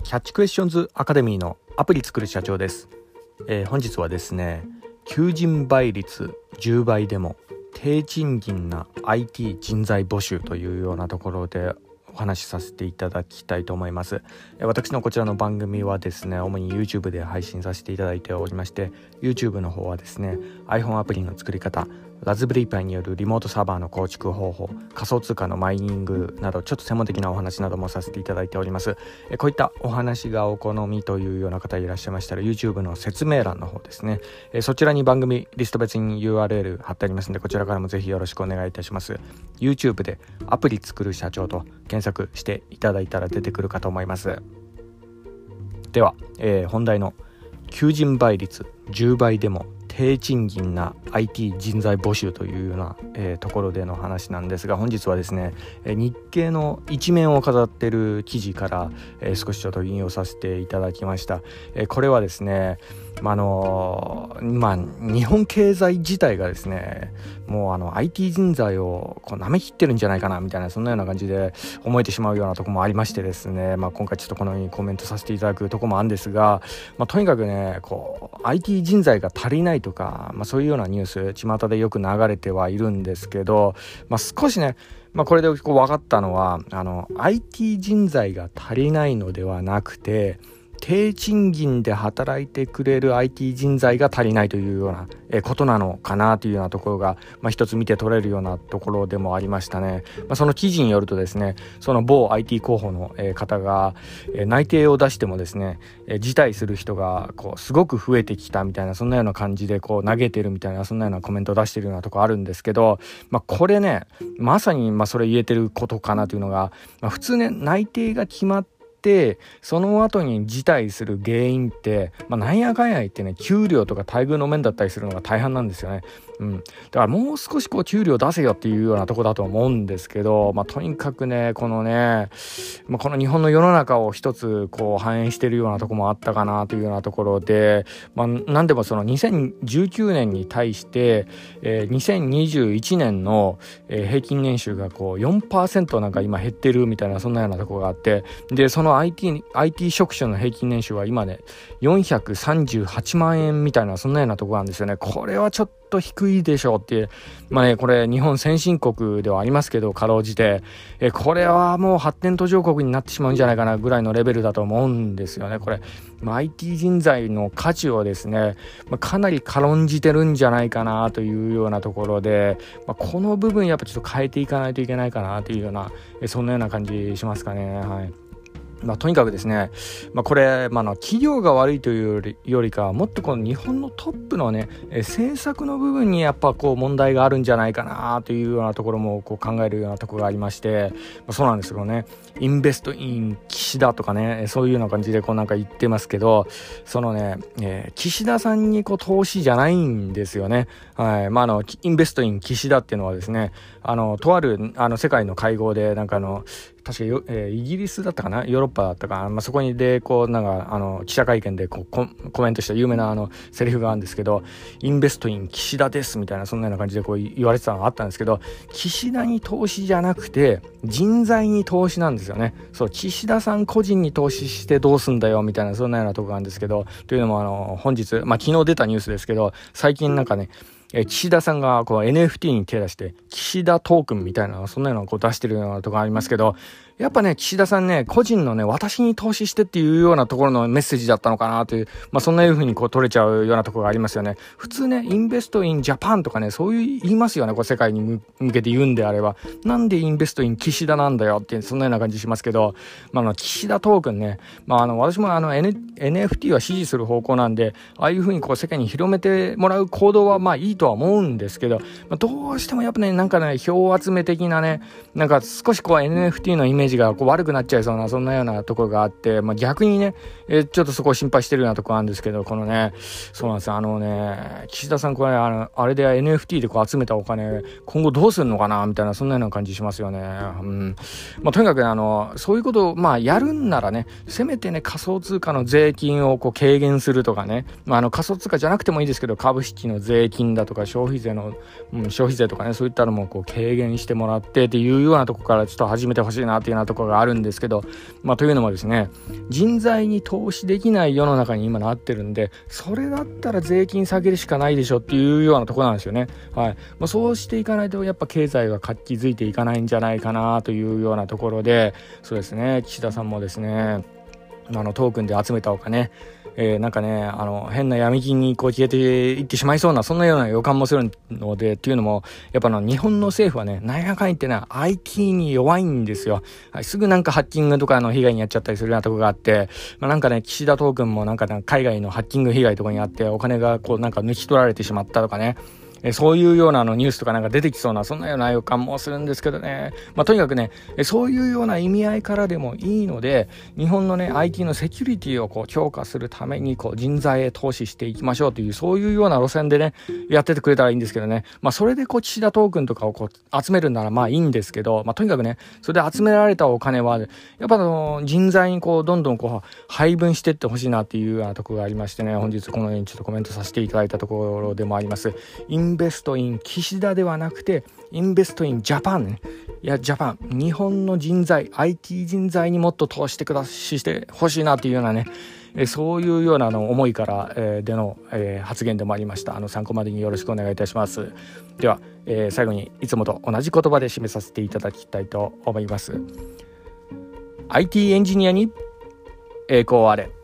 キャッチクエスチョンズアカデミーのアプリ作る社長です。本日はですね、求人倍率10倍でも低賃金な IT 人材募集というようなところでお話しさせていただきたいと思います。私のこちらの番組はですね、主に YouTube で配信させていただいておりまして、 YouTube の方はですね、 iPhone アプリの作り方、ラズベリーパイによるリモートサーバーの構築方法、仮想通貨のマイニングなどちょっと専門的なお話などもさせていただいております。こういったお話がお好みというような方いらっしゃいましたら、 YouTube の説明欄の方ですね、そちらに番組リスト別に URL 貼ってありますので、こちらからもぜひよろしくお願いいたします。 YouTube でアプリ作る社長と検索していただいたら出てくるかと思います。では、本題の求人倍率10倍でも低賃金な IT 人材募集というような、ところでの話なんですが、本日はですね、日経の一面を飾っている記事から、少しちょっと引用させていただきました。これはですね、日本経済自体がですね、もうIT 人材をこう舐めきってるんじゃないかなみたいな、そんなような感じで思えてしまうようなところもありましてですね、今回ちょっとこのようにコメントさせていただくところもあるんですが、とにかくね、こう IT 人材が足りないとか、そういうようなニュース巷でよく流れてはいるんですけど、少しね、これでこう分かったのは、IT 人材が足りないのではなくて、低賃金で働いてくれる IT 人材が足りないというようなことなのかなというようなところが、一つ見て取れるようなところでもありましたね。その記事によるとですね、その某 IT 候補の方が内定を出してもですね、辞退する人がこうすごく増えてきたみたいな、そんなような感じでこう嘆いてるみたいな、そんなようなコメントを出してるようなところあるんですけど、これね、まさにそれ言えてることかなというのが、普通ね、内定が決まってその後に辞退する原因って、なんやかんや言ってね、給料とか待遇の面だったりするのが大半なんですよね。だからもう少しこう給料出せよっていうようなとこだと思うんですけど、とにかくね、このこの日本の世の中を一つこう反映しているようなところもあったかなというようなところで、なんでもその2019年に対して、2021年の平均年収がこう 4% なんか今減ってるみたいな、そんなようなところがあって、でその IT 職種の平均年収は今ね438万円みたいな、そんなようなところなんですよね。これはちょっと低いでしょうっていう、これ日本先進国ではありますけど、かろうじてこれはもう発展途上国になってしまうんじゃないかなぐらいのレベルだと思うんですよね。これ、IT 人材の価値をですね、かなり軽んじてるんじゃないかなというようなところで、この部分やっぱちょっと変えていかないといけないかなというような、そんなような感じしますかね。はい。とにかくですね、これ、企業が悪いというよりか、もっとこの日本のトップのね、政策の部分にやっぱこう問題があるんじゃないかなというようなところもこう考えるようなところがありまして、そうなんですよね。インベストイン岸田とかね、そういうような感じでこうなんか言ってますけど、そのね、岸田さんにこう投資じゃないんですよね。はい。インベストイン岸田っていうのはですね、とある世界の会合で確かイギリスだったかな、ヨーロッパだったかな、そこにでこう記者会見でこうコメントした有名なセリフがあるんですけど、インベストイン岸田ですみたいな、そんなような感じでこう言われてたのがあったんですけど、岸田に投資じゃなくて人材に投資なんですよね。そう、岸田さん個人に投資してどうすんだよみたいな、そんなようなところなんですけど、というのも本日、昨日出たニュースですけど、最近岸田さんがこう NFT に手出して岸田トークンみたいな、そんなのをこう出してるようなところありますけど、やっぱね、岸田さんね、個人のね、私に投資してっていうようなところのメッセージだったのかなという、そんないう風にこう取れちゃうようなところがありますよね。普通ね、インベストインジャパンとかね、そういう言いますよね。こう世界に向けて言うんであれば、なんでインベストイン岸田なんだよって、そんなような感じしますけど、岸田トークンね、私もNFT は支持する方向なんで、ああいう風にこう世界に広めてもらう行動はいいとは思うんですけど、どうしてもやっぱね、票集め的なね、少しこう NFT のイメージがこう悪くなっちゃいそうな、そんなようなところがあって、逆にね、ちょっとそこを心配してるようなところなんですけど、このね、そうなんですよ。岸田さんこれあれで NFT でこう集めたお金今後どうするのかなみたいな、そんなような感じしますよね。とにかくそういうことをやるんならね、せめてね、仮想通貨の税金をこう軽減するとかね、仮想通貨じゃなくてもいいですけど、株式の税金だととか消費税とかね、そういったのもこう軽減してもらってっていうようなところからちょっと始めてほしいなっていうようなところがあるんですけど、というのもですね、人材に投資できない世の中に今なってるんで、それだったら税金下げるしかないでしょっていうようなところなんですよね。はい。そうしていかないとやっぱ経済が活気づいていかないんじゃないかなというようなところで、そうですね、岸田さんもですね、トークンで集めたお金、なんかね、変な闇金にこう消えていってしまいそうな、そんなような予感もするので、っていうのもやっぱ日本の政府はね、なんやかん言ってね IT に弱いんですよ。はい、すぐなんかハッキングとかの被害にやっちゃったりするようなところがあって、なんかね、岸田トークンもなんか海外のハッキング被害とかにあってお金がこうなんか抜き取られてしまったとかね、そういうようなニュースとかなんか出てきそうな、そんなような予感もするんですけどね。とにかくね、そういうような意味合いからでもいいので、日本のね IT のセキュリティをこう強化するためにこう人材へ投資していきましょうという、そういうような路線でねやっててくれたらいいんですけどね。それでこう岸田トークンとかをこう集めるならいいんですけど、とにかくね、それで集められたお金はやっぱ人材にこうどんどんこう配分していってほしいなっていうようなところがありましてね、本日このようにちょっとコメントさせていただいたところでもあります。インベストイン岸田ではなくて、インベストインジャパンね。いや、ジャパン、日本の人材、IT 人材にもっと投資してほしいなというようなね、そういうような思いから、での、発言でもありました。参考までによろしくお願いいたします。では、最後にいつもと同じ言葉で締めさせていただきたいと思います。IT エンジニアに栄光あれ。